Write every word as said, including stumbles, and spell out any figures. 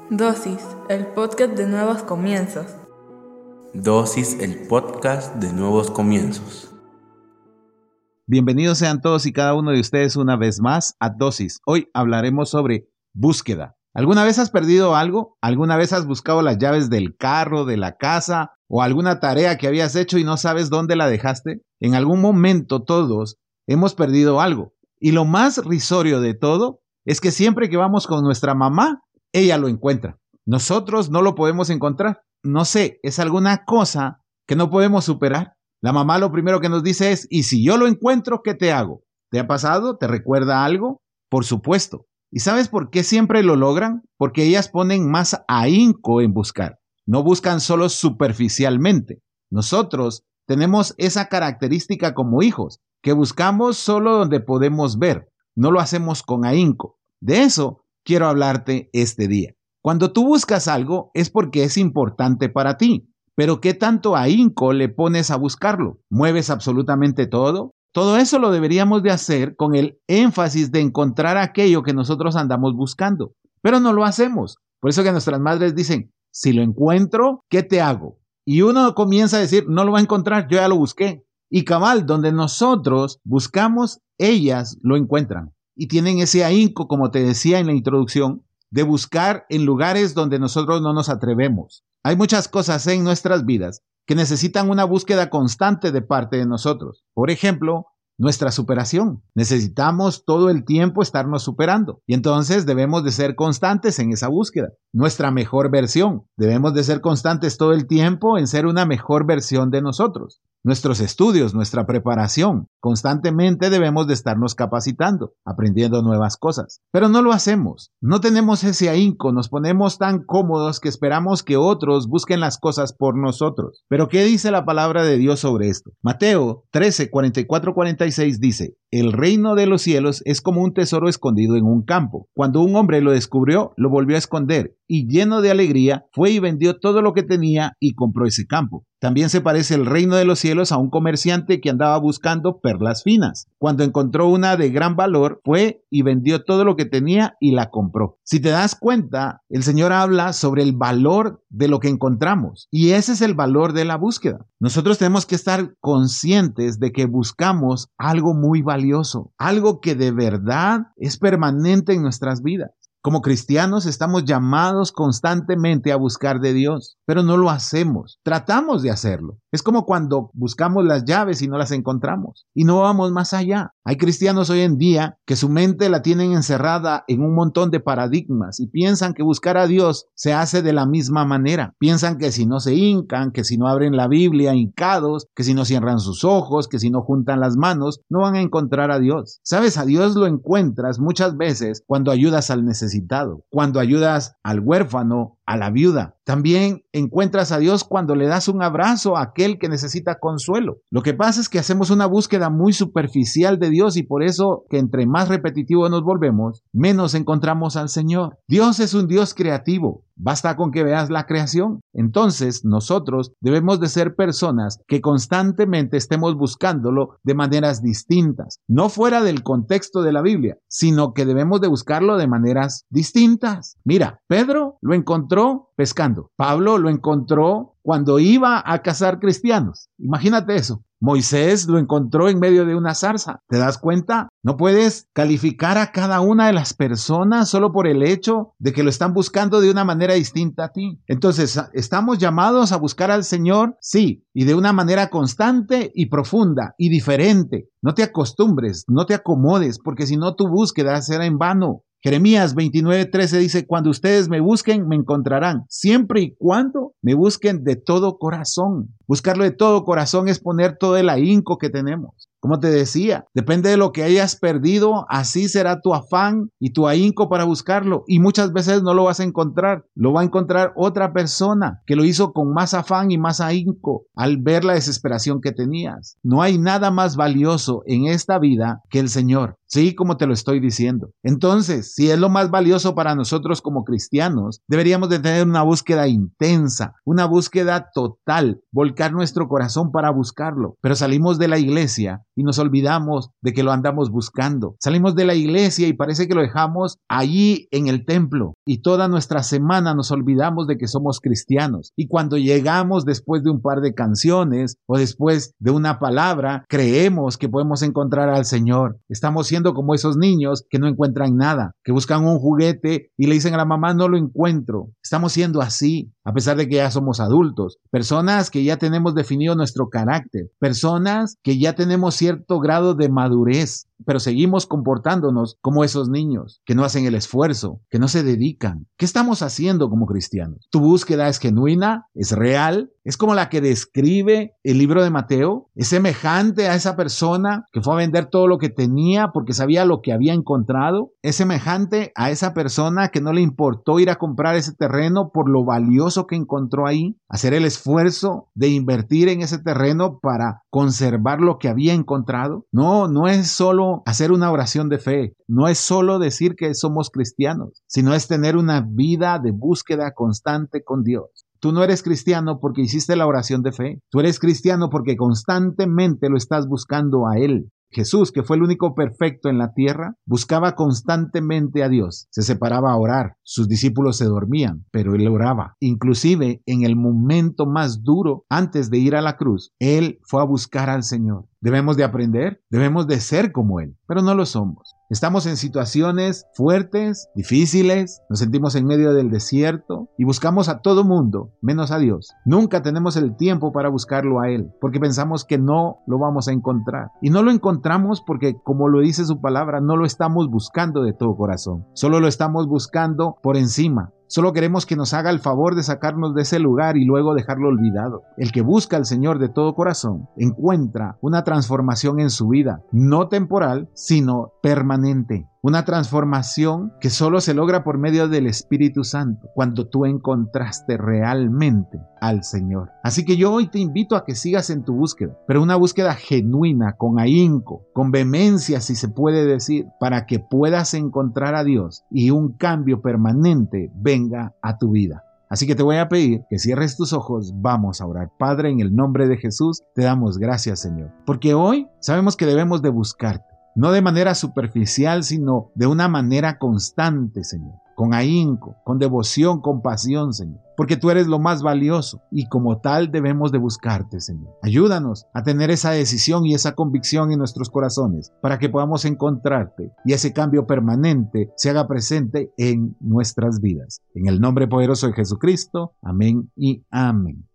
Dosis, el podcast de nuevos comienzos. Dosis, el podcast de nuevos comienzos. Bienvenidos sean todos y cada uno de ustedes una vez más a Dosis. Hoy hablaremos sobre búsqueda. ¿Alguna vez has perdido algo? ¿Alguna vez has buscado las llaves del carro, de la casa o alguna tarea que habías hecho y no sabes dónde la dejaste? En algún momento todos hemos perdido algo. Y lo más risorio de todo es que siempre que vamos con nuestra mamá, ella lo encuentra. Nosotros no lo podemos encontrar. No sé, es alguna cosa que no podemos superar. La mamá lo primero que nos dice es, ¿y si yo lo encuentro, qué te hago? ¿Te ha pasado? ¿Te recuerda algo? Por supuesto. ¿Y sabes por qué siempre lo logran? Porque ellas ponen más ahínco en buscar. No buscan solo superficialmente. Nosotros tenemos esa característica como hijos, que buscamos solo donde podemos ver. No lo hacemos con ahínco. De eso quiero hablarte este día. Cuando tú buscas algo es porque es importante para ti, pero ¿qué tanto ahínco le pones a buscarlo? ¿Mueves absolutamente todo? Todo eso lo deberíamos de hacer con el énfasis de encontrar aquello que nosotros andamos buscando, pero no lo hacemos. Por eso que nuestras madres dicen, si lo encuentro, ¿qué te hago? Y uno comienza a decir, no lo va a encontrar, yo ya lo busqué. Y cabal, donde nosotros buscamos, ellas lo encuentran. Y tienen ese ahínco, como te decía en la introducción, de buscar en lugares donde nosotros no nos atrevemos. Hay muchas cosas en nuestras vidas que necesitan una búsqueda constante de parte de nosotros. Por ejemplo, nuestra superación. Necesitamos todo el tiempo estarnos superando y entonces debemos de ser constantes en esa búsqueda. Nuestra mejor versión. Debemos de ser constantes todo el tiempo en ser una mejor versión de nosotros. Nuestros estudios, nuestra preparación. Constantemente debemos de estarnos capacitando, aprendiendo nuevas cosas. Pero no lo hacemos. No tenemos ese ahínco, nos ponemos tan cómodos que esperamos que otros busquen las cosas por nosotros. Pero ¿qué dice la palabra de Dios sobre esto? Mateo trece, cuarenta y cuatro, cuarenta y seis dice, el reino de los cielos es como un tesoro escondido en un campo. Cuando un hombre lo descubrió, lo volvió a esconder y lleno de alegría fue y vendió todo lo que tenía y compró ese campo. También se parece el reino de los cielos a un comerciante que andaba buscando perlas finas. Cuando encontró una de gran valor, fue y vendió todo lo que tenía y la compró. Si te das cuenta, el Señor habla sobre el valor de lo que encontramos. Y ese es el valor de la búsqueda. Nosotros tenemos que estar conscientes de que buscamos algo muy valioso, algo que de verdad es permanente en nuestras vidas. Como cristianos estamos llamados constantemente a buscar de Dios, pero no lo hacemos. Tratamos de hacerlo. Es como cuando buscamos las llaves y no las encontramos y no vamos más allá. Hay cristianos hoy en día que su mente la tienen encerrada en un montón de paradigmas y piensan que buscar a Dios se hace de la misma manera. Piensan que si no se hincan, que si no abren la Biblia hincados, que si no cierran sus ojos, que si no juntan las manos, no van a encontrar a Dios. ¿Sabes? A Dios lo encuentras muchas veces cuando ayudas al necesitado, cuando ayudas al huérfano, a la viuda. También encuentras a Dios cuando le das un abrazo a aquel que necesita consuelo. Lo que pasa es que hacemos una búsqueda muy superficial de Dios y por eso que entre más repetitivo nos volvemos, menos encontramos al Señor. Dios es un Dios creativo. Basta con que veas la creación. Entonces, nosotros debemos de ser personas que constantemente estemos buscándolo de maneras distintas, no fuera del contexto de la Biblia, sino que debemos de buscarlo de maneras distintas. Mira, Pedro lo encontró pescando. Pablo lo encontró cuando iba a cazar cristianos. Imagínate eso. Moisés lo encontró en medio de una zarza. ¿Te das cuenta? No puedes calificar a cada una de las personas solo por el hecho de que lo están buscando de una manera distinta a ti. Entonces, ¿estamos llamados a buscar al Señor? Sí, y de una manera constante y profunda y diferente. No te acostumbres, no te acomodes, porque si no tu búsqueda será en vano. Jeremías veintinueve, trece dice, cuando ustedes me busquen, me encontrarán, siempre y cuando me busquen de todo corazón. Buscarlo de todo corazón es poner todo el ahínco que tenemos. Como te decía, depende de lo que hayas perdido, así será tu afán y tu ahínco para buscarlo. Y muchas veces no lo vas a encontrar, lo va a encontrar otra persona que lo hizo con más afán y más ahínco al ver la desesperación que tenías. No hay nada más valioso en esta vida que el Señor. Sí, como te lo estoy diciendo. Entonces, si es lo más valioso para nosotros como cristianos, deberíamos de tener una búsqueda intensa, una búsqueda total, volcar nuestro corazón para buscarlo. Pero salimos de la iglesia y nos olvidamos de que lo andamos buscando. Salimos de la iglesia y parece que lo dejamos allí en el templo y toda nuestra semana nos olvidamos de que somos cristianos. Y cuando llegamos después de un par de canciones o después de una palabra, creemos que podemos encontrar al Señor. Estamos siendo como esos niños que no encuentran nada, que buscan un juguete y le dicen a la mamá, no lo encuentro. Estamos siendo así, a pesar de que ya somos adultos. Personas que ya tenemos definido nuestro carácter. Personas que ya tenemos cierto grado de madurez, pero seguimos comportándonos como esos niños, que no hacen el esfuerzo, que no se dedican. ¿Qué estamos haciendo como cristianos? ¿Tu búsqueda es genuina? ¿Es real? ¿Es como la que describe el libro de Mateo? ¿Es semejante a esa persona que fue a vender todo lo que tenía porque sabía lo que había encontrado? ¿Es semejante a esa persona que no le importó ir a comprar ese terreno por lo valioso que encontró ahí? ¿Hacer el esfuerzo de invertir en ese terreno para conservar lo que había encontrado? No, no es solo hacer una oración de fe, no es solo decir que somos cristianos, sino es tener una vida de búsqueda constante con Dios. Tú no eres cristiano porque hiciste la oración de fe. Tú eres cristiano porque constantemente lo estás buscando a Él. Jesús, que fue el único perfecto en la tierra, buscaba constantemente a Dios. Se separaba a orar. Sus discípulos se dormían, pero Él oraba. Inclusive en el momento más duro, antes de ir a la cruz, Él fue a buscar al Señor. Debemos de aprender, debemos de ser como Él, pero no lo somos. Estamos en situaciones fuertes, difíciles, nos sentimos en medio del desierto y buscamos a todo mundo, menos a Dios. Nunca tenemos el tiempo para buscarlo a Él, porque pensamos que no lo vamos a encontrar. Y no lo encontramos porque, como lo dice su palabra, no lo estamos buscando de todo corazón. Solo lo estamos buscando por encima. Solo queremos que nos haga el favor de sacarnos de ese lugar y luego dejarlo olvidado. El que busca al Señor de todo corazón encuentra una transformación en su vida, no temporal, sino permanente. Una transformación que solo se logra por medio del Espíritu Santo, cuando tú encontraste realmente al Señor. Así que yo hoy te invito a que sigas en tu búsqueda, pero una búsqueda genuina, con ahínco, con vehemencia, si se puede decir, para que puedas encontrar a Dios y un cambio permanente venga a tu vida. Así que te voy a pedir que cierres tus ojos, vamos a orar. Padre, en el nombre de Jesús, te damos gracias, Señor, porque hoy sabemos que debemos de buscarte. No de manera superficial, sino de una manera constante, Señor. Con ahínco, con devoción, con pasión, Señor. Porque tú eres lo más valioso y como tal debemos de buscarte, Señor. Ayúdanos a tener esa decisión y esa convicción en nuestros corazones para que podamos encontrarte y ese cambio permanente se haga presente en nuestras vidas. En el nombre poderoso de Jesucristo. Amén y amén.